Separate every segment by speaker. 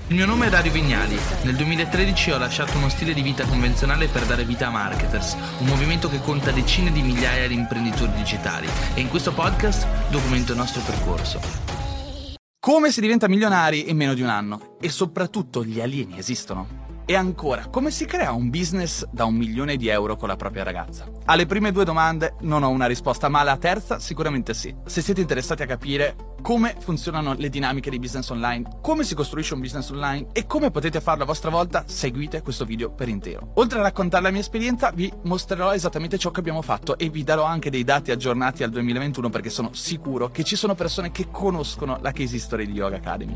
Speaker 1: Il mio nome è Dario Vignali. Nel 2013 ho lasciato uno stile di vita convenzionale per dare vita a Marketers, un movimento che conta decine di migliaia di imprenditori digitali, e in questo podcast documento il nostro percorso.
Speaker 2: Come si diventa milionari in meno di un anno? E soprattutto, gli alieni esistono? E ancora, come si crea un business da 1 milione di euro con la propria ragazza? Alle prime 2 domande non ho una risposta, ma alla terza sicuramente sì. Se siete interessati a capire come funzionano le dinamiche di business online, come si costruisce un business online e come potete farlo a vostra volta, seguite questo video per intero. Oltre a raccontare la mia esperienza, vi mostrerò esattamente ciò che abbiamo fatto e vi darò anche dei dati aggiornati al 2021, perché sono sicuro che ci sono persone che conoscono la case history di Yoga Academy.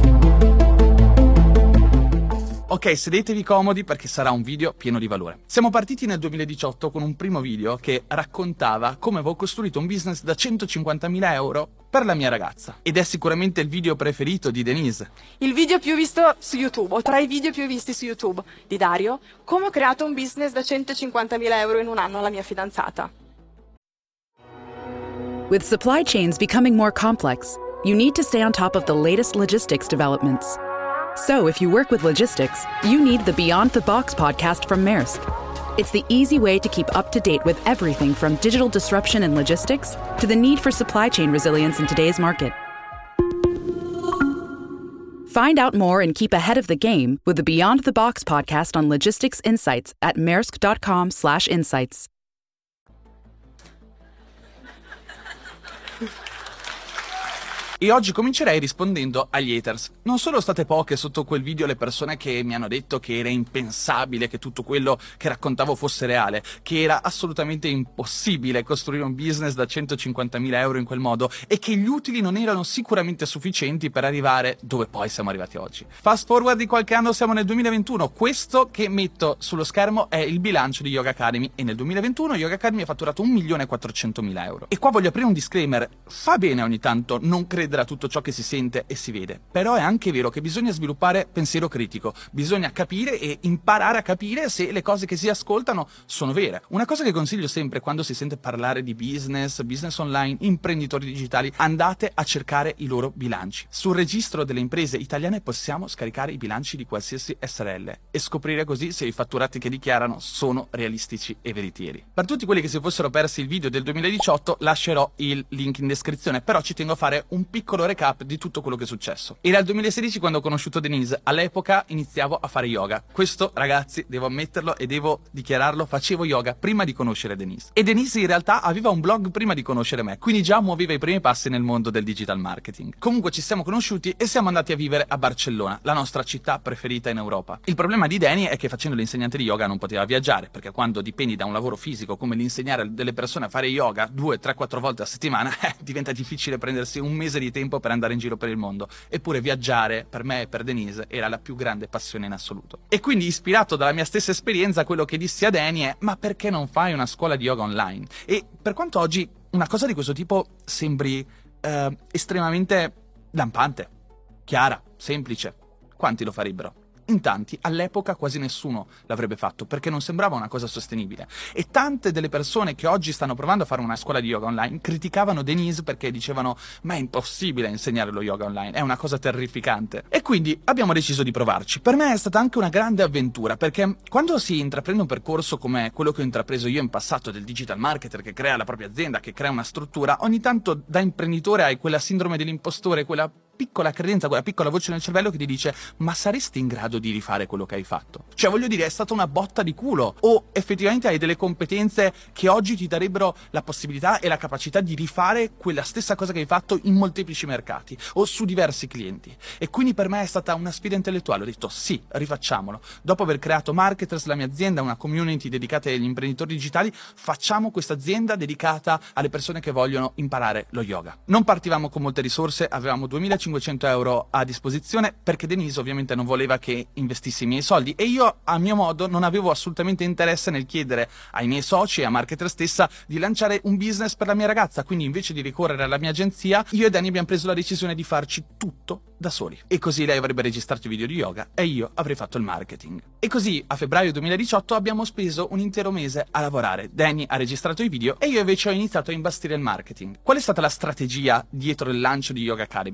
Speaker 2: Ok, sedetevi comodi perché sarà un video pieno di valore. Siamo partiti nel 2018 con un primo video che raccontava come avevo costruito un business da 150.000 euro per la mia ragazza. Ed è sicuramente il video preferito di Denise.
Speaker 3: Il video più visto su YouTube, o tra i video più visti su YouTube di Dario, come ho creato un business da 150.000 euro in un anno alla mia fidanzata.
Speaker 4: With supply chains becoming more complex, you need to stay on top of the latest logistics developments. So if you work with logistics, you need the Beyond the Box podcast from Maersk. It's the easy way to keep up to date with everything from digital disruption in logistics to the need for supply chain resilience in today's market. Find out more and keep ahead of the game with the Beyond the Box podcast on logistics insights at maersk.com/insights.
Speaker 2: E oggi comincerei rispondendo agli haters. Non sono state poche sotto quel video le persone che mi hanno detto che era impensabile che tutto quello che raccontavo fosse reale, che era assolutamente impossibile costruire un business da 150.000 euro in quel modo e che gli utili non erano sicuramente sufficienti per arrivare dove poi siamo arrivati oggi. Fast forward di qualche anno, siamo nel 2021. Questo che metto sullo schermo è il bilancio di Yoga Academy e nel 2021 Yoga Academy ha fatturato 1.400.000 euro. E qua voglio aprire un disclaimer. Fa bene ogni tanto non credere a tutto ciò che si sente e si vede, però è anche vero che bisogna sviluppare pensiero critico, bisogna capire e imparare a capire se le cose che si ascoltano sono vere. Una cosa che consiglio sempre quando si sente parlare di business online, imprenditori digitali: andate a cercare i loro bilanci. Sul registro delle imprese italiane possiamo scaricare i bilanci di qualsiasi SRL e scoprire così se i fatturati che dichiarano sono realistici e veritieri. Per tutti quelli che si fossero persi il video del 2018 lascerò il link in descrizione, però ci tengo a fare un piccolo recap di tutto quello che è successo. Era il 2016 quando ho conosciuto Denise. All'epoca iniziavo a fare yoga. Questo, ragazzi, devo ammetterlo e devo dichiararlo, facevo yoga prima di conoscere Denise. E Denise in realtà aveva un blog prima di conoscere me, quindi già muoveva i primi passi nel mondo del digital marketing. Comunque ci siamo conosciuti e siamo andati a vivere a Barcellona, la nostra città preferita in Europa. Il problema di Dani è che facendo l'insegnante di yoga non poteva viaggiare, perché quando dipendi da un lavoro fisico come l'insegnare delle persone a fare yoga 2, 3, 4 volte a settimana, diventa difficile prendersi un mese di tempo per andare in giro per il mondo. Eppure viaggiare per me e per Denise era la più grande passione in assoluto. E quindi, ispirato dalla mia stessa esperienza, quello che dissi a Dani è: ma perché non fai una scuola di yoga online? E per quanto oggi una cosa di questo tipo sembri estremamente lampante, chiara, semplice, quanti lo farebbero? In tanti, all'epoca quasi nessuno l'avrebbe fatto, perché non sembrava una cosa sostenibile. E tante delle persone che oggi stanno provando a fare una scuola di yoga online criticavano Denise perché dicevano: ma è impossibile insegnare lo yoga online, è una cosa terrificante. E quindi abbiamo deciso di provarci. Per me è stata anche una grande avventura, perché quando si intraprende un percorso come quello che ho intrapreso io in passato, del digital marketer che crea la propria azienda, che crea una struttura, ogni tanto da imprenditore hai quella sindrome dell'impostore, quella piccola credenza, quella piccola voce nel cervello che ti dice: ma saresti in grado di rifare quello che hai fatto? Cioè, voglio dire, è stata una botta di culo, o effettivamente hai delle competenze che oggi ti darebbero la possibilità e la capacità di rifare quella stessa cosa che hai fatto in molteplici mercati o su diversi clienti. E quindi per me è stata una sfida intellettuale. Ho detto sì, rifacciamolo. Dopo aver creato Marketers, la mia azienda, una community dedicata agli imprenditori digitali, facciamo questa azienda dedicata alle persone che vogliono imparare lo yoga. Non partivamo con molte risorse, avevamo 2.500 euro a disposizione, perché Denise ovviamente non voleva che investissi i miei soldi e io, a mio modo, non avevo assolutamente interesse nel chiedere ai miei soci e a Marketer stessa di lanciare un business per la mia ragazza. Quindi, invece di ricorrere alla mia agenzia, io e Dani abbiamo preso la decisione di farci tutto da soli. E così lei avrebbe registrato i video di yoga e io avrei fatto il marketing. E così a febbraio 2018 abbiamo speso un intero mese a lavorare. Dani ha registrato i video e io invece ho iniziato a imbastire il marketing. Qual è stata la strategia dietro il lancio di Yoga Academy? Fondamentalmente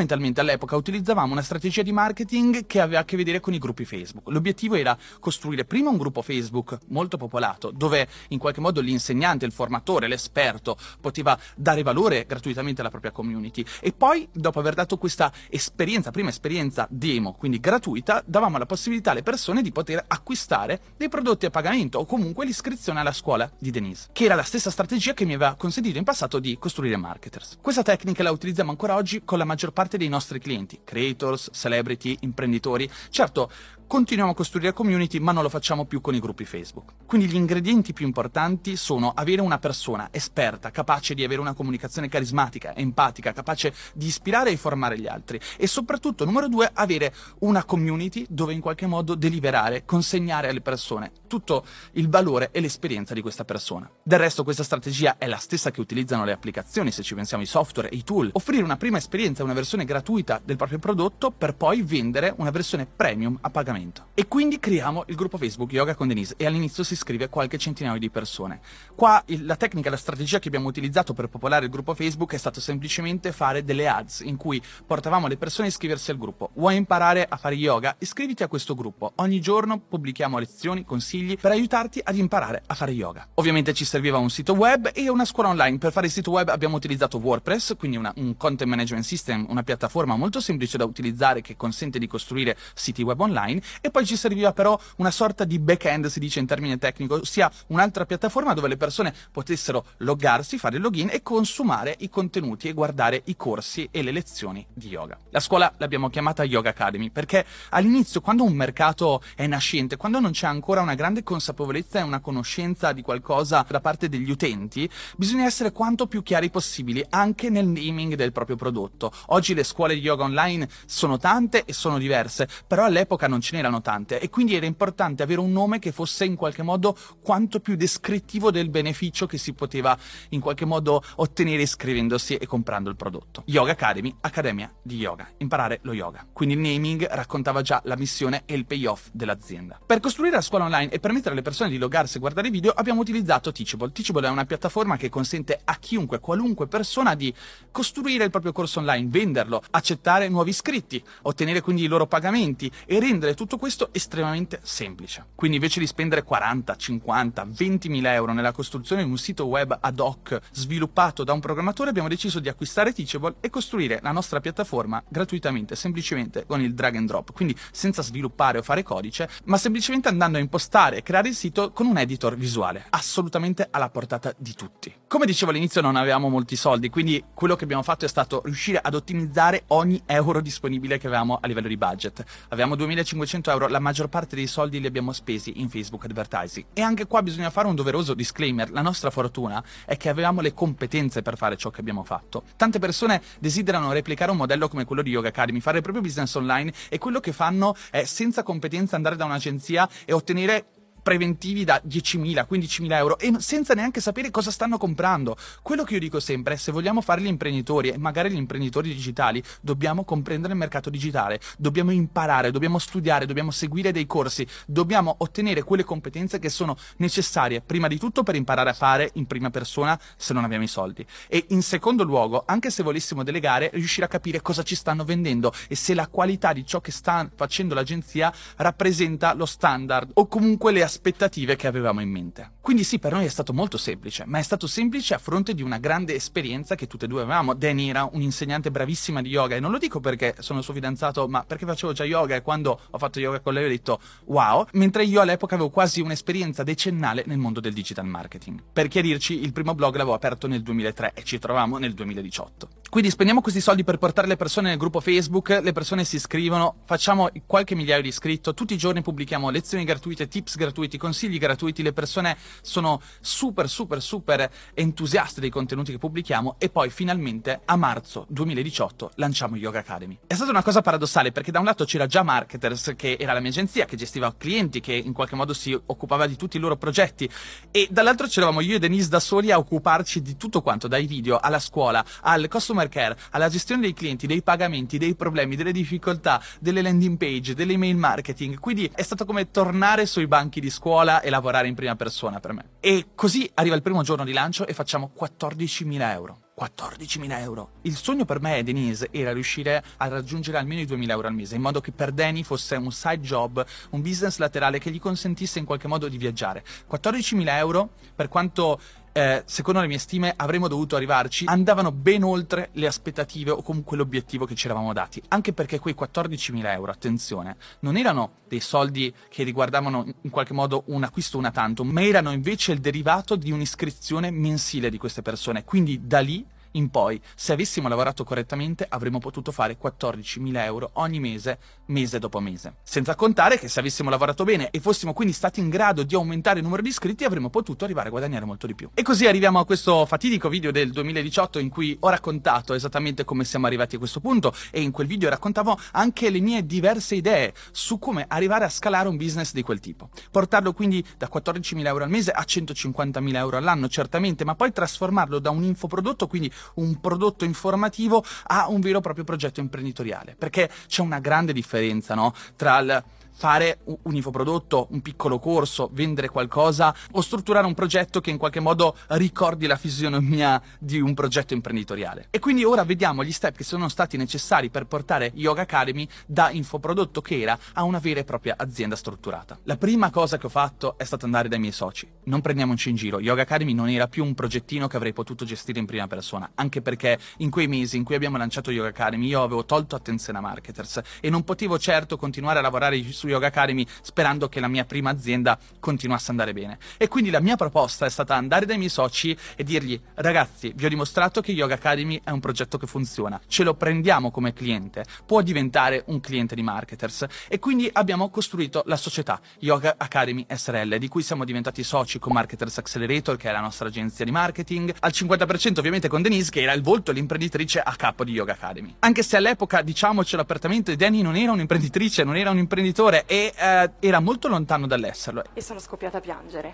Speaker 2: Fondamentalmente all'epoca utilizzavamo una strategia di marketing che aveva a che vedere con i gruppi Facebook. L'obiettivo era costruire prima un gruppo Facebook molto popolato, dove in qualche modo l'insegnante, il formatore, l'esperto poteva dare valore gratuitamente alla propria community, e poi, dopo aver dato questa prima esperienza demo, quindi gratuita, davamo la possibilità alle persone di poter acquistare dei prodotti a pagamento o comunque l'iscrizione alla scuola di Denise, che era la stessa strategia che mi aveva consentito in passato di costruire marketers. Questa tecnica la utilizziamo ancora oggi con la maggior parte dei nostri clienti, creators, celebrity, imprenditori. Certo, continuiamo a costruire community, ma non lo facciamo più con i gruppi Facebook. Quindi gli ingredienti più importanti sono avere una persona esperta, capace di avere una comunicazione carismatica, empatica, capace di ispirare e formare gli altri, e soprattutto, numero 2, avere una community dove in qualche modo deliberare, consegnare alle persone tutto il valore e l'esperienza di questa persona. Del resto questa strategia è la stessa che utilizzano le applicazioni, se ci pensiamo, i software e i tool. Offrire una prima esperienza, una versione gratuita del proprio prodotto, per poi vendere una versione premium a pagamento. E quindi creiamo il gruppo Facebook Yoga con Denise, e all'inizio si iscrive qualche centinaio di persone. Qua la tecnica, la strategia che abbiamo utilizzato per popolare il gruppo Facebook è stato semplicemente fare delle ads in cui portavamo le persone a iscriversi al gruppo. Vuoi imparare a fare yoga? Iscriviti a questo gruppo. Ogni giorno pubblichiamo lezioni, consigli per aiutarti ad imparare a fare yoga. Ovviamente ci serviva un sito web e una scuola online. Per fare il sito web abbiamo utilizzato WordPress, quindi un content management system, una piattaforma molto semplice da utilizzare che consente di costruire siti web online. E poi ci serviva però una sorta di back-end, si dice in termine tecnico, ossia un'altra piattaforma dove le persone potessero loggarsi, fare il login e consumare i contenuti e guardare i corsi e le lezioni di yoga. La scuola l'abbiamo chiamata Yoga Academy perché all'inizio, quando un mercato è nascente, quando non c'è ancora una grande consapevolezza e una conoscenza di qualcosa da parte degli utenti, bisogna essere quanto più chiari possibili anche nel naming del proprio prodotto. Oggi le scuole di yoga online sono tante e sono diverse, però all'epoca non ce n'erano tante, e quindi era importante avere un nome che fosse in qualche modo quanto più descrittivo del beneficio che si poteva in qualche modo ottenere iscrivendosi e comprando il prodotto. Yoga Academy, accademia di yoga, imparare lo yoga. Quindi il naming raccontava già la missione e il payoff dell'azienda. Per costruire la scuola online e permettere alle persone di loggarsi e guardare i video abbiamo utilizzato Teachable. Teachable è una piattaforma che consente a chiunque, qualunque persona, di costruire il proprio corso online, venderlo, accettare nuovi iscritti, ottenere quindi i loro pagamenti e rendere tutto questo estremamente semplice. Quindi invece di spendere 40, 50, 20.000 euro nella costruzione di un sito web ad hoc sviluppato da un programmatore, abbiamo deciso di acquistare Teachable e costruire la nostra piattaforma gratuitamente, semplicemente con il drag and drop, quindi senza sviluppare o fare codice, ma semplicemente andando a impostare e creare il sito con un editor visuale, assolutamente alla portata di tutti. Come dicevo all'inizio, non avevamo molti soldi, quindi quello che abbiamo fatto è stato riuscire ad ottimizzare ogni euro disponibile che avevamo a livello di budget. Avevamo 2.500 euro, la maggior parte dei soldi li abbiamo spesi in Facebook Advertising. E anche qua bisogna fare un doveroso disclaimer: la nostra fortuna è che avevamo le competenze per fare ciò che abbiamo fatto. Tante persone desiderano replicare un modello come quello di Yoga Academy, fare il proprio business online, e quello che fanno è, senza competenza, andare da un'agenzia e ottenere preventivi da 10.000, 15.000 euro e senza neanche sapere cosa stanno comprando. Quello che io dico sempre è: se vogliamo fare gli imprenditori, e magari gli imprenditori digitali, dobbiamo comprendere il mercato digitale, dobbiamo imparare, dobbiamo studiare, dobbiamo seguire dei corsi, dobbiamo ottenere quelle competenze che sono necessarie prima di tutto per imparare a fare in prima persona se non abbiamo i soldi, e in secondo luogo, anche se volessimo delegare, riuscire a capire cosa ci stanno vendendo e se la qualità di ciò che sta facendo l'agenzia rappresenta lo standard o comunque le aspettative che avevamo in mente. Quindi sì, per noi è stato molto semplice, ma è stato semplice a fronte di una grande esperienza che tutte e due avevamo. Dani era un'insegnante bravissima di yoga, e non lo dico perché sono suo fidanzato, ma perché facevo già yoga, e quando ho fatto yoga con lei ho detto wow, mentre io all'epoca avevo quasi un'esperienza decennale nel mondo del digital marketing. Per chiarirci, il primo blog l'avevo aperto nel 2003 e ci trovavamo nel 2018. Quindi spendiamo questi soldi per portare le persone nel gruppo Facebook, le persone si iscrivono, facciamo qualche migliaio di iscritti, tutti i giorni pubblichiamo lezioni gratuite, tips gratuiti, consigli gratuiti, le persone sono super entusiaste dei contenuti che pubblichiamo, e poi finalmente a marzo 2018 lanciamo Yoga Academy. È stata una cosa paradossale perché da un lato c'era già Marketers, che era la mia agenzia, che gestiva clienti, che in qualche modo si occupava di tutti i loro progetti, e dall'altro c'eravamo io e Denise da soli a occuparci di tutto quanto, dai video alla scuola, al customer care, alla gestione dei clienti, dei pagamenti, dei problemi, delle difficoltà, delle landing page, dell'email marketing. Quindi è stato come tornare sui banchi di scuola e lavorare in prima persona per me. E così arriva il primo giorno di lancio e facciamo 14.000 euro. 14.000 euro. Il sogno per me e Denise era riuscire a raggiungere almeno i 2.000 euro al mese, in modo che per Danny fosse un side job, un business laterale che gli consentisse in qualche modo di viaggiare. 14.000 euro, per quanto secondo le mie stime avremmo dovuto arrivarci, andavano ben oltre le aspettative o comunque l'obiettivo che ci eravamo dati, anche perché quei 14.000 euro, attenzione, non erano dei soldi che riguardavano in qualche modo un acquisto una tantum, ma erano invece il derivato di un'iscrizione mensile di queste persone, quindi da lì in poi, se avessimo lavorato correttamente, avremmo potuto fare 14.000 euro ogni mese, mese dopo mese. Senza contare che se avessimo lavorato bene e fossimo quindi stati in grado di aumentare il numero di iscritti, avremmo potuto arrivare a guadagnare molto di più. E così arriviamo a questo fatidico video del 2018 in cui ho raccontato esattamente come siamo arrivati a questo punto, e in quel video raccontavo anche le mie diverse idee su come arrivare a scalare un business di quel tipo. Portarlo quindi da 14.000 euro al mese a 150.000 euro all'anno, certamente, ma poi trasformarlo da un infoprodotto, quindi un prodotto informativo, a un vero e proprio progetto imprenditoriale, perché c'è una grande differenza, no? Tra il fare un infoprodotto, un piccolo corso, vendere qualcosa, o strutturare un progetto che in qualche modo ricordi la fisionomia di un progetto imprenditoriale. E quindi ora vediamo gli step che sono stati necessari per portare Yoga Academy da infoprodotto che era a una vera e propria azienda strutturata. La prima cosa che ho fatto è stata andare dai miei soci. Non prendiamoci in giro, Yoga Academy non era più un progettino che avrei potuto gestire in prima persona, anche perché in quei mesi in cui abbiamo lanciato Yoga Academy io avevo tolto attenzione a marketers e non potevo certo continuare a lavorare su Yoga Academy sperando che la mia prima azienda continuasse ad andare bene. E quindi la mia proposta è stata andare dai miei soci e dirgli: ragazzi, vi ho dimostrato che Yoga Academy è un progetto che funziona, ce lo prendiamo come cliente, può diventare un cliente di marketers. E quindi abbiamo costruito la società Yoga Academy SRL, di cui siamo diventati soci con Marketers Accelerator, che è la nostra agenzia di marketing, al 50% ovviamente con Denise, che era il volto, l'imprenditrice a capo di Yoga Academy. Anche se all'epoca, diciamocelo apertamente, Danny non era un'imprenditrice, non era un imprenditore e era molto lontano dall'esserlo.
Speaker 3: E sono scoppiata a piangere,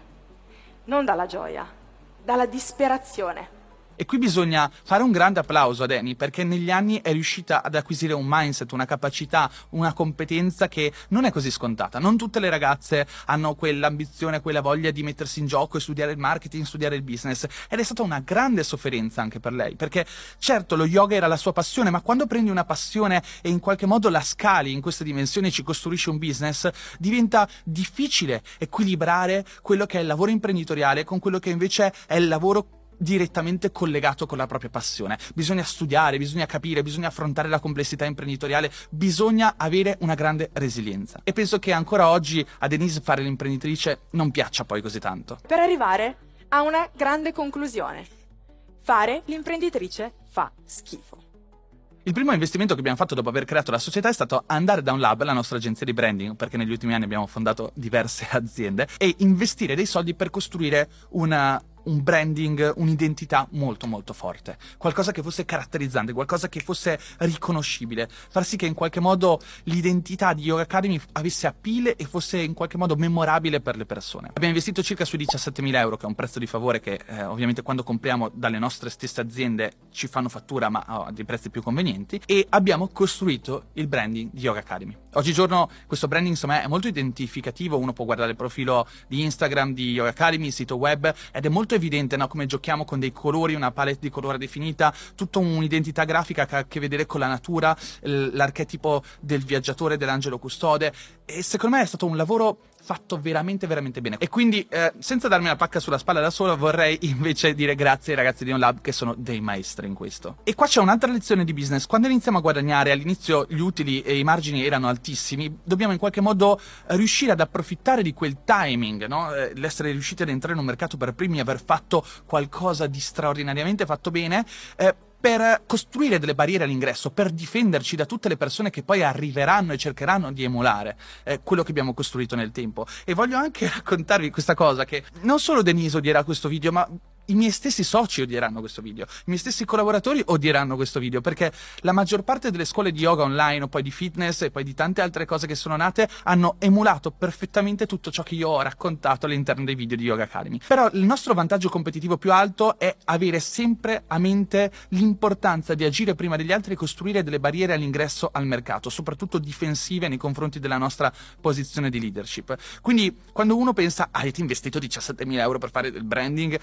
Speaker 3: non dalla gioia, dalla disperazione.
Speaker 2: E qui bisogna fare un grande applauso a Danny, perché negli anni è riuscita ad acquisire un mindset, una capacità, una competenza che non è così scontata. Non tutte le ragazze hanno quell'ambizione, quella voglia di mettersi in gioco e studiare il marketing, studiare il business. Ed è stata una grande sofferenza anche per lei, perché certo lo yoga era la sua passione, ma quando prendi una passione e in qualche modo la scali in queste dimensioni e ci costruisci un business, diventa difficile equilibrare quello che è il lavoro imprenditoriale con quello che invece è il lavoro direttamente collegato con la propria passione. Bisogna studiare, bisogna capire, bisogna affrontare la complessità imprenditoriale, bisogna avere una grande resilienza. E penso che ancora oggi a Denise fare l'imprenditrice non piaccia poi così tanto.
Speaker 3: Per arrivare a una grande conclusione: fare l'imprenditrice fa schifo.
Speaker 2: Il primo investimento che abbiamo fatto dopo aver creato la società è stato andare da un lab, la nostra agenzia di branding, perché negli ultimi anni abbiamo fondato diverse aziende, e investire dei soldi per costruire un branding, un'identità molto molto forte, qualcosa che fosse caratterizzante, qualcosa che fosse riconoscibile, far sì che in qualche modo l'identità di Yoga Academy avesse appeal e fosse in qualche modo memorabile per le persone. Abbiamo investito circa sui 17.000 euro, che è un prezzo di favore che ovviamente quando compriamo dalle nostre stesse aziende ci fanno fattura, ma a dei prezzi più convenienti, e abbiamo costruito il branding di Yoga Academy. Oggigiorno questo branding insomma è molto identificativo, uno può guardare il profilo di Instagram di Yoga Academy, il sito web, ed è molto evidente, no? Come giochiamo con dei colori, una palette di colore definita, tutta un'identità grafica che ha a che vedere con la natura, l'archetipo del viaggiatore, dell'angelo custode, e secondo me è stato un lavoro fatto veramente veramente bene. E quindi senza darmi una pacca sulla spalla da solo, vorrei invece dire grazie ai ragazzi di OnLab, che sono dei maestri in questo. E qua c'è un'altra lezione di business: quando iniziamo a guadagnare, all'inizio gli utili e i margini erano altissimi, dobbiamo in qualche modo riuscire ad approfittare di quel timing, no? L'essere riusciti ad entrare in un mercato per primi, aver fatto qualcosa di straordinariamente fatto bene, per costruire delle barriere all'ingresso, per difenderci da tutte le persone che poi arriveranno e cercheranno di emulare quello che abbiamo costruito nel tempo. E voglio anche raccontarvi questa cosa, che non solo Denise odierà questo video, ma i miei stessi soci odieranno questo video, i miei stessi collaboratori odieranno questo video, perché la maggior parte delle scuole di yoga online o poi di fitness e poi di tante altre cose che sono nate hanno emulato perfettamente tutto ciò che io ho raccontato all'interno dei video di Yoga Academy. Però il nostro vantaggio competitivo più alto è avere sempre a mente l'importanza di agire prima degli altri e costruire delle barriere all'ingresso al mercato, soprattutto difensive nei confronti della nostra posizione di leadership. Quindi quando uno pensa avete investito 17.000 euro per fare del branding,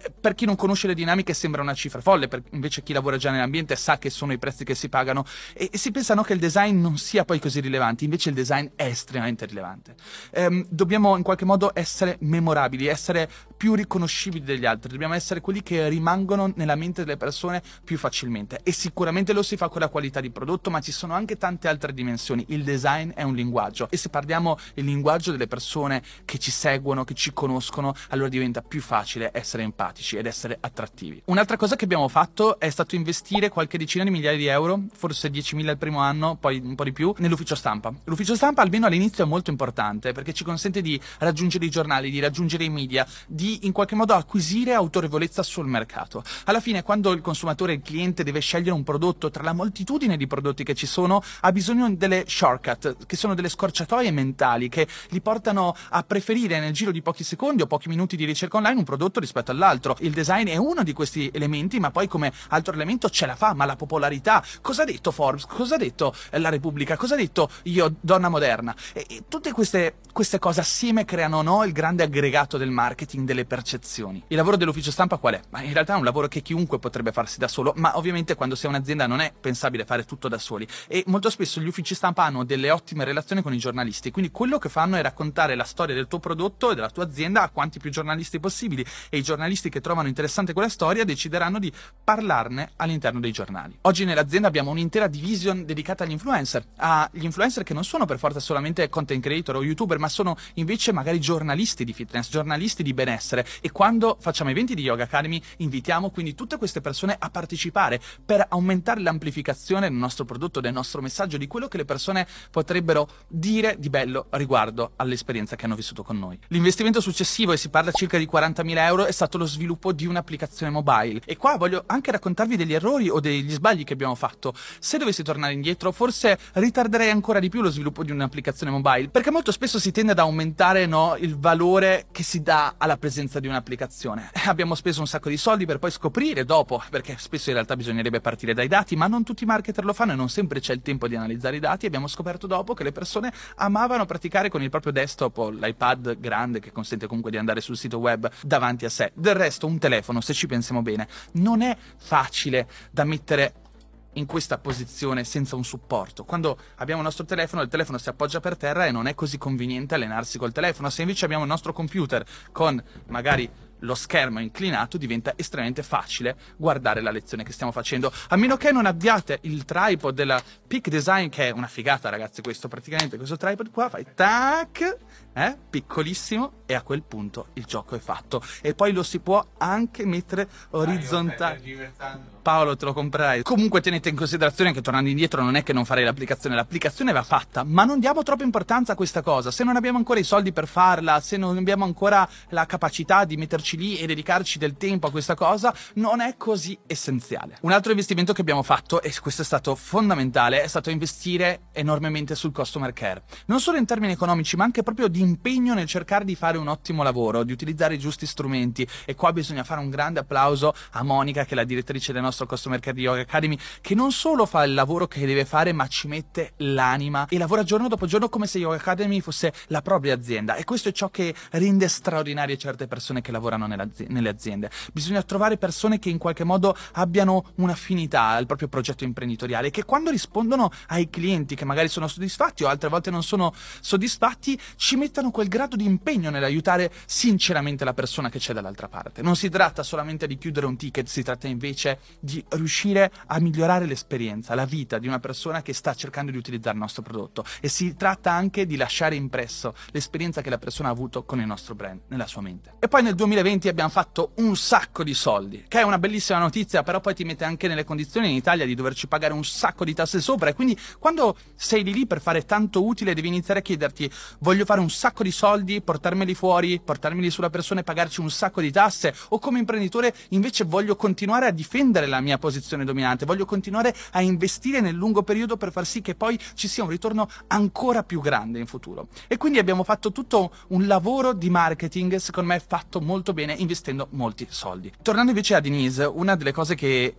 Speaker 2: Per chi non conosce le dinamiche sembra una cifra folle, invece chi lavora già nell'ambiente sa che sono i prezzi che si pagano e si pensano che il design non sia poi così rilevante, invece il design è estremamente rilevante. Dobbiamo in qualche modo essere memorabili, essere più riconoscibili degli altri, dobbiamo essere quelli che rimangono nella mente delle persone più facilmente e sicuramente lo si fa con la qualità di prodotto, ma ci sono anche tante altre dimensioni. Il design è un linguaggio e se parliamo il linguaggio delle persone che ci seguono, che ci conoscono, allora diventa più facile essere empatici ed essere attrattivi. Un'altra cosa che abbiamo fatto è stato investire qualche decina di migliaia di euro, forse 10.000 il primo anno, poi un po' di più, nell'ufficio stampa. L'ufficio stampa almeno all'inizio è molto importante perché ci consente di raggiungere i giornali, di raggiungere i media, di in qualche modo acquisire autorevolezza sul mercato. Alla fine, quando il consumatore, il cliente deve scegliere un prodotto tra la moltitudine di prodotti che ci sono, ha bisogno delle shortcut, che sono delle scorciatoie mentali che li portano a preferire nel giro di pochi secondi o pochi minuti di ricerca online un prodotto rispetto all'altro. Il design è uno di questi elementi, ma poi come altro elemento c'è la fama, la popolarità. Cosa ha detto Forbes? Cosa ha detto La Repubblica? Cosa ha detto Io, donna moderna? E tutte queste cose assieme creano il grande aggregato del marketing, delle percezioni. Il lavoro dell'ufficio stampa qual è? Ma in realtà è un lavoro che chiunque potrebbe farsi da solo, ma ovviamente quando si è un'azienda non è pensabile fare tutto da soli e molto spesso gli uffici stampa hanno delle ottime relazioni con i giornalisti, quindi quello che fanno è raccontare la storia del tuo prodotto e della tua azienda a quanti più giornalisti possibili e i giornalisti che trovano interessante quella storia decideranno di parlarne all'interno dei giornali. Oggi nell'azienda abbiamo un'intera division dedicata agli influencer che non sono per forza solamente content creator o youtuber, ma sono invece magari giornalisti di fitness, giornalisti di benessere e quando facciamo eventi di Yoga Academy invitiamo quindi tutte queste persone a partecipare per aumentare l'amplificazione del nostro prodotto, del nostro messaggio, di quello che le persone potrebbero dire di bello riguardo all'esperienza che hanno vissuto con noi. L'investimento successivo, e si parla circa di 40.000 euro, è stato lo sviluppo di un'applicazione mobile e qua voglio anche raccontarvi degli errori o degli sbagli che abbiamo fatto. Se dovessi tornare indietro forse ritarderei ancora di più lo sviluppo di un'applicazione mobile perché molto spesso si tende ad aumentare il valore che si dà alla presenza di un'applicazione. Abbiamo speso un sacco di soldi per poi scoprire dopo, perché spesso in realtà bisognerebbe partire dai dati, ma non tutti i marketer lo fanno e non sempre c'è il tempo di analizzare i dati. Abbiamo scoperto dopo che le persone amavano praticare con il proprio desktop o l'iPad grande che consente comunque di andare sul sito web davanti a sé. Del resto un telefono, se ci pensiamo bene, non è facile da mettere in questa posizione senza un supporto. Quando abbiamo il nostro telefono, il telefono si appoggia per terra e non è così conveniente allenarsi col telefono. Se invece abbiamo il nostro computer con magari lo schermo inclinato, diventa estremamente facile guardare la lezione che stiamo facendo, a meno che non abbiate il tripod della Peak Design, che è una figata ragazzi. Questo tripod qua fai tac, piccolissimo, e a quel punto il gioco è fatto e poi lo si può anche mettere orizzontale. Paolo, te lo comprerai. Comunque tenete in considerazione che tornando indietro non è che non farei l'applicazione va fatta, ma non diamo troppa importanza a questa cosa. Se non abbiamo ancora i soldi per farla, se non abbiamo ancora la capacità di metterci lì e dedicarci del tempo a questa cosa, non è così essenziale. Un altro investimento che abbiamo fatto, e questo è stato fondamentale, è stato investire enormemente sul customer care, non solo in termini economici ma anche proprio di impegno nel cercare di fare un ottimo lavoro, di utilizzare i giusti strumenti. E qua bisogna fare un grande applauso a Monica, che è la direttrice del nostro Customer Care di Yoga Academy, che non solo fa il lavoro che deve fare ma ci mette l'anima e lavora giorno dopo giorno come se Yoga Academy fosse la propria azienda, e questo è ciò che rende straordinarie certe persone che lavorano nelle aziende. Bisogna trovare persone che in qualche modo abbiano un'affinità al proprio progetto imprenditoriale, che quando rispondono ai clienti che magari sono soddisfatti o altre volte non sono soddisfatti, ci mettano quel grado di impegno nell'aiutare sinceramente la persona che c'è dall'altra parte. Non si tratta solamente di chiudere un ticket, si tratta invece di riuscire a migliorare l'esperienza, la vita di una persona che sta cercando di utilizzare il nostro prodotto, e si tratta anche di lasciare impresso l'esperienza che la persona ha avuto con il nostro brand nella sua mente. E poi nel 2020 abbiamo fatto un sacco di soldi, che è una bellissima notizia, però poi ti mette anche nelle condizioni in Italia di doverci pagare un sacco di tasse sopra, e quindi quando sei lì per fare tanto utile devi iniziare a chiederti: voglio fare un sacco di soldi, portarmeli fuori, portarmeli sulla persona e pagarci un sacco di tasse, o come imprenditore invece voglio continuare a difendere la mia posizione dominante, voglio continuare a investire nel lungo periodo per far sì che poi ci sia un ritorno ancora più grande in futuro. E quindi abbiamo fatto tutto un lavoro di marketing, secondo me fatto molto bene, investendo molti soldi. Tornando invece a Denise, una delle cose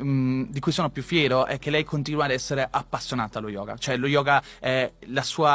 Speaker 2: di cui sono più fiero è che lei continua ad essere appassionata allo yoga, cioè lo yoga è la sua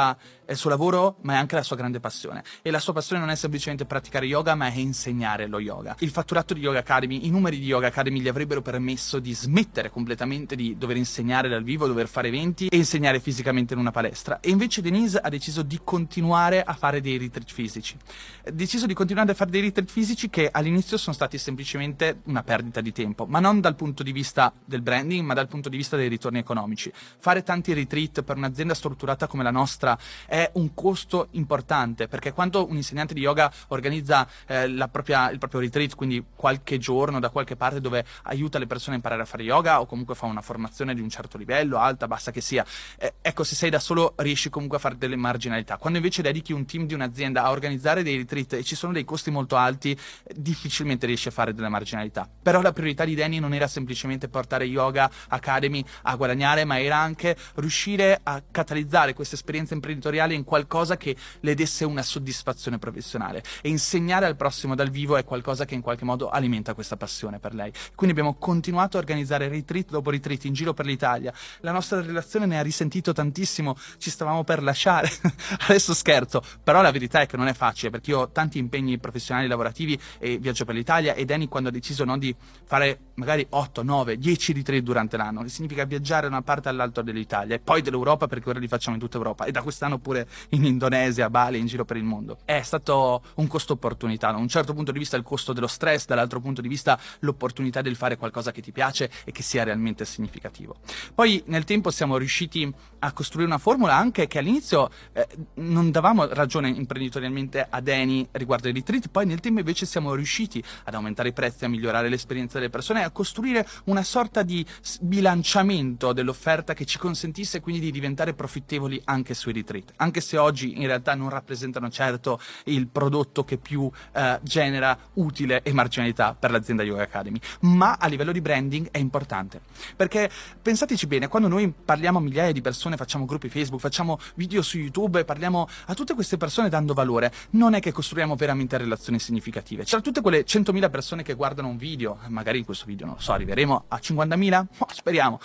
Speaker 2: è il suo lavoro, ma è anche la sua grande passione. E la sua passione non è semplicemente praticare yoga, ma è insegnare lo yoga. Il fatturato di Yoga Academy, i numeri di Yoga Academy gli avrebbero permesso di smettere completamente di dover insegnare dal vivo, dover fare eventi e insegnare fisicamente in una palestra. E invece Denise ha deciso di continuare a fare dei retreat fisici. Ha deciso di continuare a fare dei retreat fisici che all'inizio sono stati semplicemente una perdita di tempo, ma non dal punto di vista del branding, ma dal punto di vista dei ritorni economici. Fare tanti retreat per un'azienda strutturata come la nostra è un costo importante, perché quando un insegnante di yoga organizza il proprio retreat, quindi qualche giorno da qualche parte dove aiuta le persone a imparare a fare yoga o comunque fa una formazione di un certo livello, alta, bassa che sia, ecco, se sei da solo riesci comunque a fare delle marginalità. Quando invece dedichi un team di un'azienda a organizzare dei retreat e ci sono dei costi molto alti, difficilmente riesci a fare delle marginalità. Però la priorità di Danny non era semplicemente portare Yoga Academy a guadagnare, ma era anche riuscire a catalizzare questa esperienza imprenditoriale in qualcosa che le desse una soddisfazione professionale, e insegnare al prossimo dal vivo è qualcosa che in qualche modo alimenta questa passione per lei. Quindi abbiamo continuato a organizzare retreat dopo retreat in giro per l'Italia. La nostra relazione ne ha risentito tantissimo, ci stavamo per lasciare adesso scherzo, però la verità è che non è facile, perché io ho tanti impegni professionali lavorativi e viaggio per l'Italia, e Danny, quando ha deciso di fare magari 8, 9, 10 retreat durante l'anno, che significa viaggiare da una parte all'altra dell'Italia e poi dell'Europa, perché ora li facciamo in tutta Europa, e da quest'anno pure in Indonesia, Bali, in giro per il mondo. È stato un costo opportunità, da un certo punto di vista il costo dello stress, dall'altro punto di vista l'opportunità del fare qualcosa che ti piace e che sia realmente significativo. Poi nel tempo siamo riusciti a costruire una formula anche che all'inizio non davamo ragione imprenditorialmente a Danny riguardo ai retreat, poi nel tempo invece siamo riusciti ad aumentare i prezzi, a migliorare l'esperienza delle persone, a costruire una sorta di bilanciamento dell'offerta che ci consentisse quindi di diventare profittevoli anche sui retreat, anche se oggi in realtà non rappresentano certo il prodotto che più genera utile e marginalità per l'azienda Yoga Academy, ma a livello di branding è importante, perché pensateci bene, quando noi parliamo a migliaia di persone, facciamo gruppi Facebook, facciamo video su YouTube e parliamo a tutte queste persone dando valore, non è che costruiamo veramente relazioni significative. C'erano tutte quelle 100.000 persone che guardano un video, magari in questo video, non lo so, arriveremo a 50.000? Speriamo.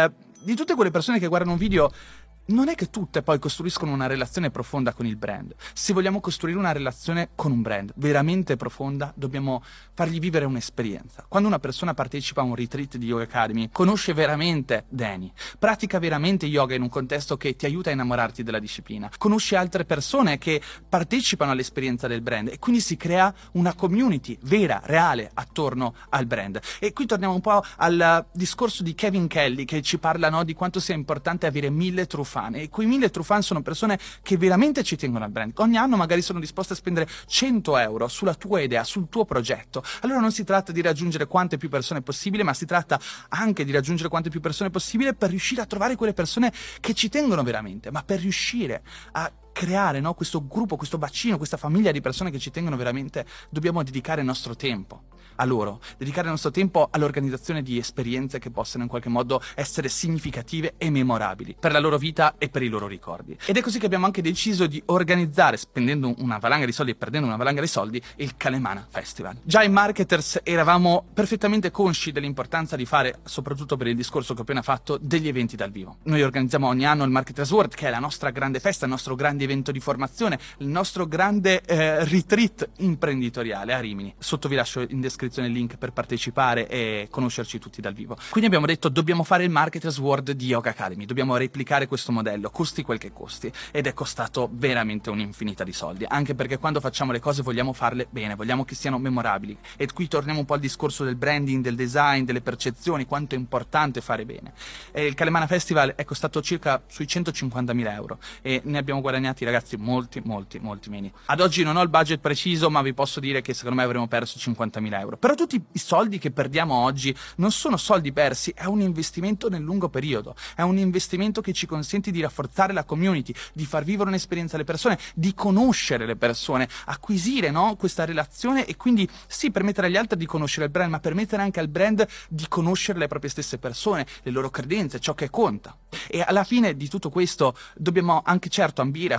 Speaker 2: Di tutte quelle persone che guardano un video, non è che tutte poi costruiscono una relazione profonda con il brand. Se vogliamo costruire una relazione con un brand veramente profonda, dobbiamo fargli vivere un'esperienza. Quando una persona partecipa a un retreat di Yoga Academy, conosce veramente Danny, pratica veramente yoga in un contesto che ti aiuta a innamorarti della disciplina, conosce altre persone che partecipano all'esperienza del brand e quindi si crea una community vera, reale, attorno al brand. E qui torniamo un po' al discorso di Kevin Kelly, che ci parla di quanto sia importante avere 1000 true fan. E quei 1000 true fan sono persone che veramente ci tengono al brand. Ogni anno magari sono disposte a spendere 100 euro sulla tua idea, sul tuo progetto. Allora non si tratta di raggiungere quante più persone possibile, ma si tratta anche di raggiungere quante più persone possibile per riuscire a trovare quelle persone che ci tengono veramente, ma per riuscire a creare questo gruppo, questo bacino, questa famiglia di persone che ci tengono veramente, dobbiamo dedicare il nostro tempo a loro, dedicare il nostro tempo all'organizzazione di esperienze che possano in qualche modo essere significative e memorabili per la loro vita e per i loro ricordi. Ed è così che abbiamo anche deciso di organizzare, spendendo una valanga di soldi e perdendo una valanga di soldi, il Kalemana Festival. Già in Marketers eravamo perfettamente consci dell'importanza di fare, soprattutto per il discorso che ho appena fatto, degli eventi dal vivo. Noi organizziamo ogni anno il Marketers World, che è la nostra grande festa, il nostro grande evento di formazione, il nostro grande retreat imprenditoriale a Rimini. Sotto vi lascio in descrizione il link per partecipare e conoscerci tutti dal vivo. Quindi abbiamo detto: dobbiamo fare il Marketers World di Yoga Academy, dobbiamo replicare questo modello, costi quel che costi, ed è costato veramente un'infinità di soldi, anche perché quando facciamo le cose vogliamo farle bene, vogliamo che siano memorabili, e qui torniamo un po' al discorso del branding, del design, delle percezioni, quanto è importante fare bene. Il Kalemana Festival è costato circa sui 150.000 euro e ne abbiamo guadagnati, ragazzi, molti meno. Ad oggi non ho il budget preciso, ma vi posso dire che secondo me avremo perso 50.000 euro. Però tutti i soldi che perdiamo oggi non sono soldi persi, è un investimento nel lungo periodo, è un investimento che ci consente di rafforzare la community, di far vivere un'esperienza alle persone, di conoscere le persone, acquisire questa relazione, e quindi sì, permettere agli altri di conoscere il brand, ma permettere anche al brand di conoscere le proprie stesse persone, le loro credenze, ciò che conta. E alla fine di tutto questo dobbiamo anche certo ambire a far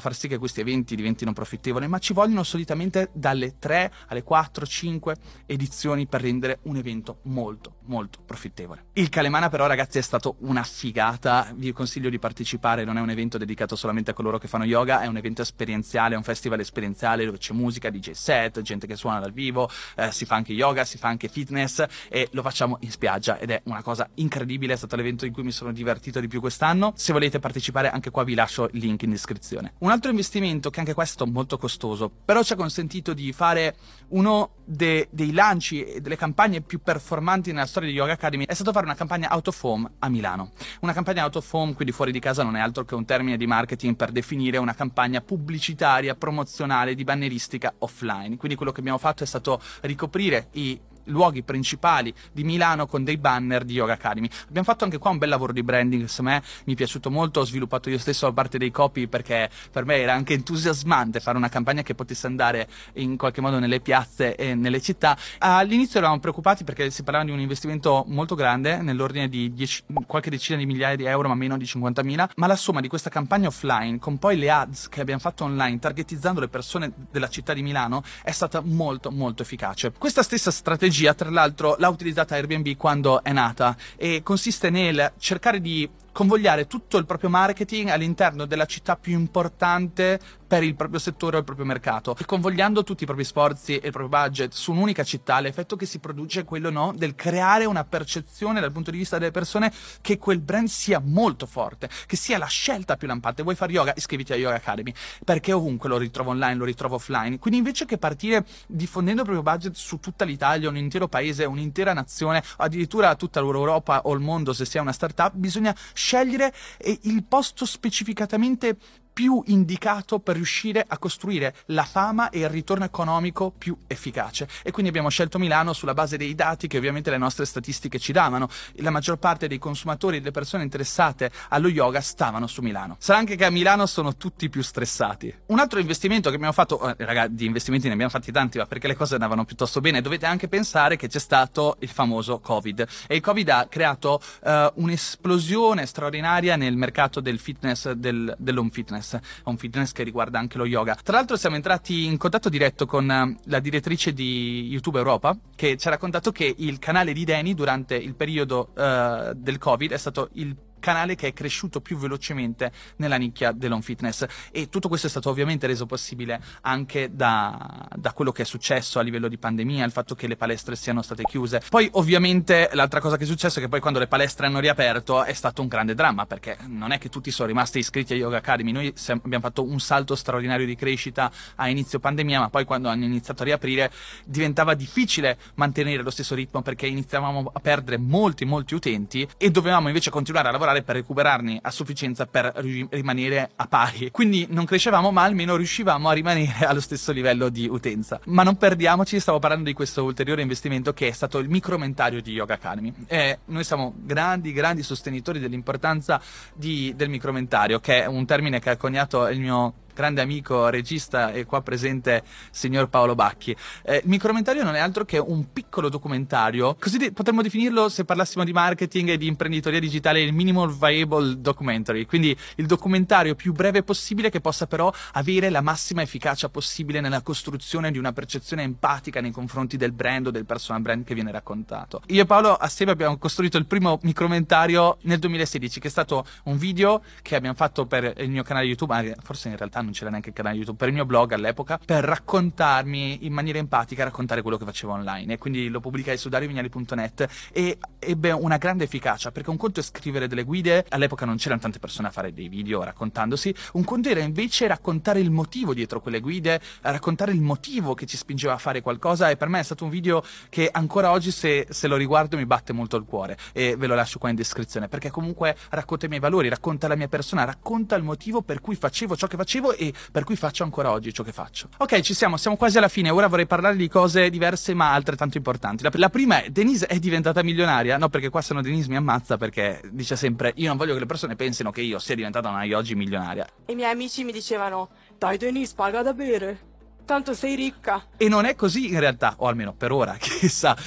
Speaker 2: far sì che questi eventi diventino profittevoli, ma ci vogliono solitamente dalle 3 alle 4, 5 edizioni per rendere un evento molto molto profittevole. Il Calemana però, ragazzi, è stato una figata, vi consiglio di partecipare. Non è un evento dedicato solamente a coloro che fanno yoga, è un evento esperienziale, è un festival esperienziale dove c'è musica, DJ set, gente che suona dal vivo, si fa anche yoga, si fa anche fitness e lo facciamo in spiaggia ed è una cosa incredibile. È stato l'evento in cui mi sono divertito di più quest'anno. Se volete partecipare, anche qua vi lascio il link in descrizione. Un altro investimento, che anche questo è molto costoso, però ci ha consentito di fare uno dei lanci e delle campagne più performanti nella storia di Yoga Academy, è stato fare una campagna out of home a Milano. Una campagna out of home, quindi fuori di casa, non è altro che un termine di marketing per definire una campagna pubblicitaria, promozionale, di banneristica offline. Quindi quello che abbiamo fatto è stato ricoprire i luoghi principali di Milano con dei banner di Yoga Academy. Abbiamo fatto anche qua un bel lavoro di branding, secondo me mi è piaciuto molto, ho sviluppato io stesso la parte dei copy perché per me era anche entusiasmante fare una campagna che potesse andare in qualche modo nelle piazze e nelle città. All'inizio eravamo preoccupati perché si parlava di un investimento molto grande, nell'ordine di qualche decina di migliaia di euro, ma meno di 50.000, ma la somma di questa campagna offline con poi le ads che abbiamo fatto online targetizzando le persone della città di Milano è stata molto molto efficace. Questa stessa strategia, tra l'altro, l'ha utilizzata Airbnb quando è nata e consiste nel cercare di convogliare tutto il proprio marketing all'interno della città più importante per il proprio settore o il proprio mercato, e convogliando tutti i propri sforzi e il proprio budget su un'unica città, l'effetto che si produce è quello, no, del creare una percezione dal punto di vista delle persone che quel brand sia molto forte, che sia la scelta più lampante. Vuoi fare yoga? Iscriviti a Yoga Academy, perché ovunque lo ritrovo online, lo ritrovo offline. Quindi invece che partire diffondendo il proprio budget su tutta l'Italia, un intero paese, un'intera nazione, addirittura tutta l'Europa o il mondo se si è una startup, bisogna scegliere il posto specificatamente più indicato per riuscire a costruire la fama e il ritorno economico più efficace. E quindi abbiamo scelto Milano sulla base dei dati che ovviamente le nostre statistiche ci davano. La maggior parte dei consumatori e delle persone interessate allo yoga stavano su Milano. Sarà anche che a Milano sono tutti più stressati. Un altro investimento che abbiamo fatto, ragazzi, di investimenti ne abbiamo fatti tanti, ma perché le cose andavano piuttosto bene, dovete anche pensare che c'è stato il famoso Covid, e il Covid ha creato un'esplosione straordinaria nel mercato del fitness, dell'home fitness. Un fitness che riguarda anche lo yoga. Tra l'altro siamo entrati in contatto diretto con la direttrice di YouTube Europa, che ci ha raccontato che il canale di Dani durante il periodo del Covid è stato il canale che è cresciuto più velocemente nella nicchia dell'home fitness, e tutto questo è stato ovviamente reso possibile anche da quello che è successo a livello di pandemia, il fatto che le palestre siano state chiuse. Poi ovviamente l'altra cosa che è successo è che poi quando le palestre hanno riaperto è stato un grande dramma, perché non è che tutti sono rimasti iscritti a Yoga Academy. Noi abbiamo fatto un salto straordinario di crescita a inizio pandemia, ma poi quando hanno iniziato a riaprire diventava difficile mantenere lo stesso ritmo, perché iniziavamo a perdere molti utenti e dovevamo invece continuare a lavorare per recuperarne a sufficienza per rimanere a pari. Quindi non crescevamo, ma almeno riuscivamo a rimanere allo stesso livello di utenza. Ma non perdiamoci, stavo parlando di questo ulteriore investimento che è stato il micromentario di Yoga Academy. Noi siamo grandi sostenitori dell'importanza del micromentario, che è un termine che ha coniato il mio grande amico, regista e qua presente signor Paolo Bacchi. Il micromentario non è altro che un piccolo documentario, così potremmo definirlo, se parlassimo di marketing e di imprenditoria digitale, il minimal viable documentary, quindi il documentario più breve possibile che possa però avere la massima efficacia possibile nella costruzione di una percezione empatica nei confronti del brand o del personal brand che viene raccontato. Io e Paolo assieme abbiamo costruito il primo micromentario nel 2016, che è stato un video che abbiamo fatto per il mio canale YouTube, ma forse in realtà non c'era neanche il canale YouTube, per il mio blog all'epoca, per raccontarmi in maniera empatica, raccontare quello che facevo online, e quindi lo pubblicai su dariovignali.net e ebbe una grande efficacia, perché un conto è scrivere delle guide, all'epoca non c'erano tante persone a fare dei video raccontandosi, un conto era invece raccontare il motivo dietro quelle guide, raccontare il motivo che ci spingeva a fare qualcosa, e per me è stato un video che ancora oggi se lo riguardo mi batte molto il cuore, e ve lo lascio qua in descrizione, perché comunque racconta i miei valori, racconta la mia persona, racconta il motivo per cui facevo ciò che facevo e per cui faccio ancora oggi ciò che faccio. Ok, siamo quasi alla fine. Ora vorrei parlare di cose diverse ma altrettanto importanti. La prima è: Denise è diventata milionaria? No, perché qua se no Denise mi ammazza, perché dice sempre: io non voglio che le persone pensino che io sia diventata una oggi milionaria.
Speaker 3: I miei amici mi dicevano: dai Denise, paga da bere, tanto sei ricca.
Speaker 2: E non è così in realtà, o almeno per ora, chissà.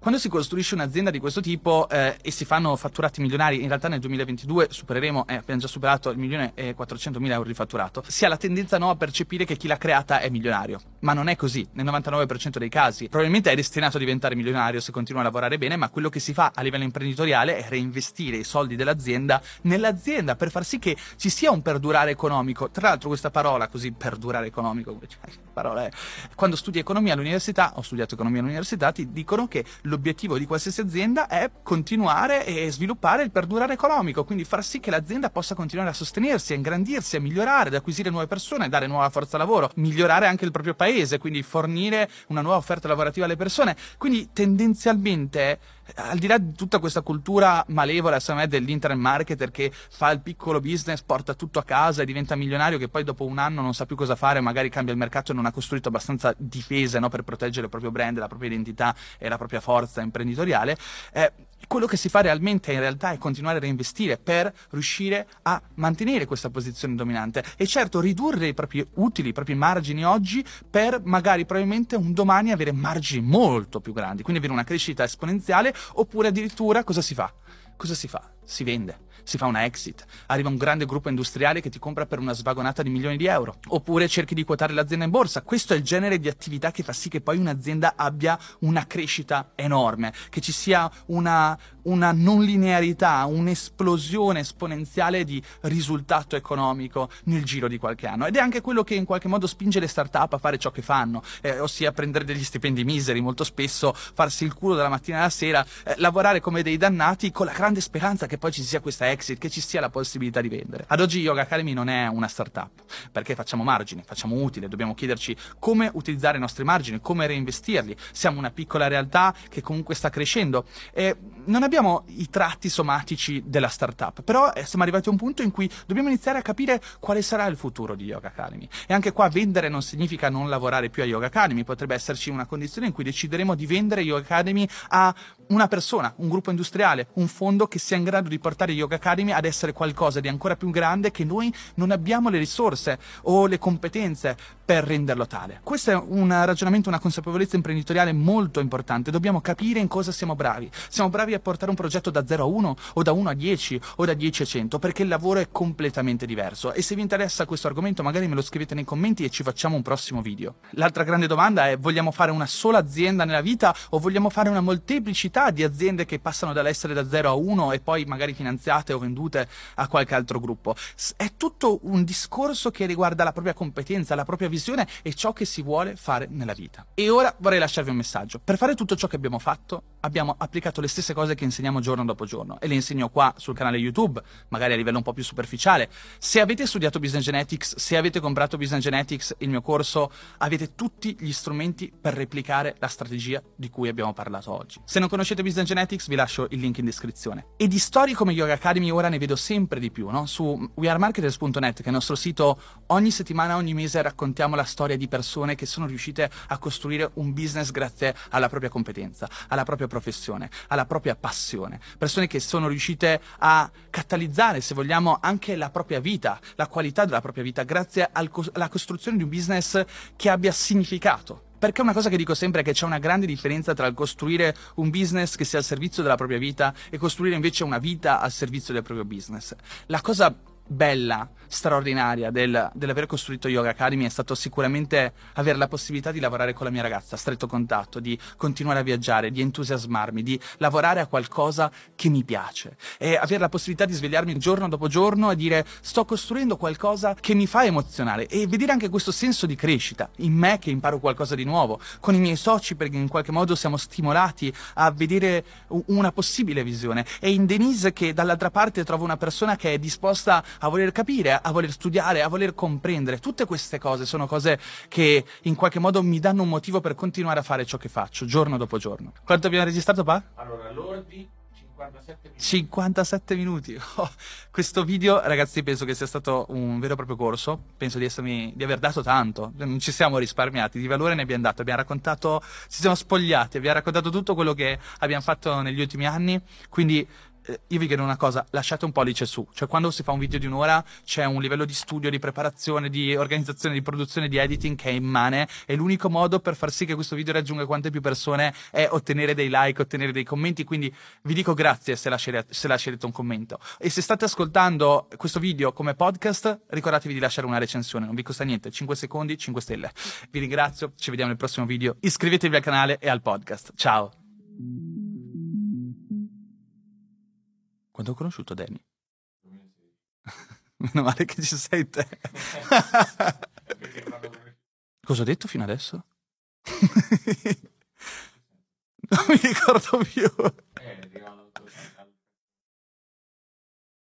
Speaker 2: Quando si costruisce un'azienda di questo tipo e si fanno fatturati milionari, in realtà nel 2022 supereremo, abbiamo già superato il 1.400.000 euro di fatturato, si ha la tendenza a percepire che chi l'ha creata è milionario, ma non è così, nel 99% dei casi. Probabilmente è destinato a diventare milionario se continua a lavorare bene, ma quello che si fa a livello imprenditoriale è reinvestire i soldi dell'azienda nell'azienda per far sì che ci sia un perdurare economico. Tra l'altro questa parola così, perdurare economico, parola è, quando studi economia all'università, ho studiato economia all'università, ti dicono che l'obiettivo di qualsiasi azienda è continuare e sviluppare il perdurare economico, quindi far sì che l'azienda possa continuare a sostenersi, a ingrandirsi, a migliorare, ad acquisire nuove persone, dare nuova forza lavoro, migliorare anche il proprio paese, quindi fornire una nuova offerta lavorativa alle persone. Quindi tendenzialmente, al di là di tutta questa cultura malevola, secondo me, dell'internet marketer che fa il piccolo business, porta tutto a casa e diventa milionario, che poi dopo un anno non sa più cosa fare, magari cambia il mercato e non ha costruito abbastanza difese, no, per proteggere il proprio brand, la propria identità e la propria forza imprenditoriale, quello che si fa realmente in realtà è continuare a reinvestire per riuscire a mantenere questa posizione dominante e certo ridurre i propri utili, i propri margini oggi per magari probabilmente un domani avere margini molto più grandi, quindi avere una crescita esponenziale, oppure addirittura cosa si fa? Si vende, si fa una exit, arriva un grande gruppo industriale che ti compra per una svagonata di milioni di euro, oppure cerchi di quotare l'azienda in borsa. Questo è il genere di attività che fa sì che poi un'azienda abbia una crescita enorme, che ci sia una non linearità, un'esplosione esponenziale di risultato economico nel giro di qualche anno, ed è anche quello che in qualche modo spinge le start-up a fare ciò che fanno, ossia prendere degli stipendi miseri, molto spesso farsi il culo dalla mattina alla sera, lavorare come dei dannati con la grande speranza che poi ci sia questa exit, che ci sia la possibilità di vendere. Ad oggi Yoga Academy non è una startup, perché facciamo margini, facciamo utile, dobbiamo chiederci come utilizzare i nostri margini, come reinvestirli. Siamo una piccola realtà che comunque sta crescendo e non abbiamo i tratti somatici della startup, però siamo arrivati a un punto in cui dobbiamo iniziare a capire quale sarà il futuro di Yoga Academy. E anche qua vendere non significa non lavorare più a Yoga Academy, potrebbe esserci una condizione in cui decideremo di vendere Yoga Academy a una persona, un gruppo industriale, un fondo che sia in grado di portare Yoga Academy ad essere qualcosa di ancora più grande, che noi non abbiamo le risorse o le competenze per renderlo tale. Questo è un ragionamento, una consapevolezza imprenditoriale molto importante. Dobbiamo capire in cosa siamo bravi. Siamo bravi a portare un progetto da 0 a 1 o da 1 a 10 o da 10 a 100, perché il lavoro è completamente diverso. E se vi interessa questo argomento magari me lo scrivete nei commenti e ci facciamo un prossimo video. L'altra grande domanda è: vogliamo fare una sola azienda nella vita o vogliamo fare una molteplicità di aziende che passano dall'essere da 0 a 1 e poi magari finanziate o vendute a qualche altro gruppo? È tutto un discorso che riguarda la propria competenza, la propria visione e ciò che si vuole fare nella vita. E ora vorrei lasciarvi un messaggio. Per fare tutto ciò che abbiamo fatto, abbiamo applicato le stesse cose che insegniamo giorno dopo giorno e le insegno qua sul canale YouTube, magari a livello un po' più superficiale. Se avete studiato Business Genetics, se avete comprato Business Genetics, il mio corso, avete tutti gli strumenti per replicare la strategia di cui abbiamo parlato oggi. Se non conoscete Business Genetics, vi lascio il link in descrizione. E di storie come Yoga Academy ora ne vedo sempre di più, no? Su wearemarketers.net, che è il nostro sito, ogni settimana, ogni mese raccontiamo la storia di persone che sono riuscite a costruire un business grazie alla propria competenza, alla propria professione, alla propria passione. Persone che sono riuscite a catalizzare, se vogliamo, anche la propria vita, la qualità della propria vita, grazie alla costruzione di un business che abbia significato. Perché una cosa che dico sempre è che c'è una grande differenza tra il costruire un business che sia al servizio della propria vita e costruire invece una vita al servizio del proprio business. La cosa bella, straordinaria dell'aver costruito Yoga Academy è stato sicuramente avere la possibilità di lavorare con la mia ragazza a stretto contatto, di continuare a viaggiare, di entusiasmarmi, di lavorare a qualcosa che mi piace e avere la possibilità di svegliarmi giorno dopo giorno e dire: sto costruendo qualcosa che mi fa emozionare, e vedere anche questo senso di crescita in me, che imparo qualcosa di nuovo, con i miei soci, perché in qualche modo siamo stimolati a vedere una possibile visione, e in Denise, che dall'altra parte trovo una persona che è disposta a voler capire, a voler studiare, a voler comprendere. Tutte queste cose sono cose che in qualche modo mi danno un motivo per continuare a fare ciò che faccio, giorno dopo giorno. Quanto abbiamo registrato, Pa?
Speaker 1: Allora, lordi 57 minuti.
Speaker 2: 57 minuti. Oh, questo video, ragazzi, penso che sia stato un vero e proprio corso. Penso di aver dato tanto. Non ci siamo risparmiati, di valore ne abbiamo dato. Abbiamo raccontato, ci siamo spogliati, abbiamo raccontato tutto quello che abbiamo fatto negli ultimi anni. Quindi io vi chiedo una cosa, lasciate un pollice su, cioè quando si fa un video di un'ora c'è un livello di studio, di preparazione, di organizzazione, di produzione, di editing che è immane, e l'unico modo per far sì che questo video raggiunga quante più persone è ottenere dei like, ottenere dei commenti, quindi vi dico grazie se lascerete un commento. E se state ascoltando questo video come podcast, ricordatevi di lasciare una recensione, non vi costa niente, 5 secondi, 5 stelle. Vi ringrazio, ci vediamo nel prossimo video, iscrivetevi al canale e al podcast. Ciao! Quando ho conosciuto Danny? Meno male che ci sei te. Cosa ho detto fino adesso? Non mi ricordo più.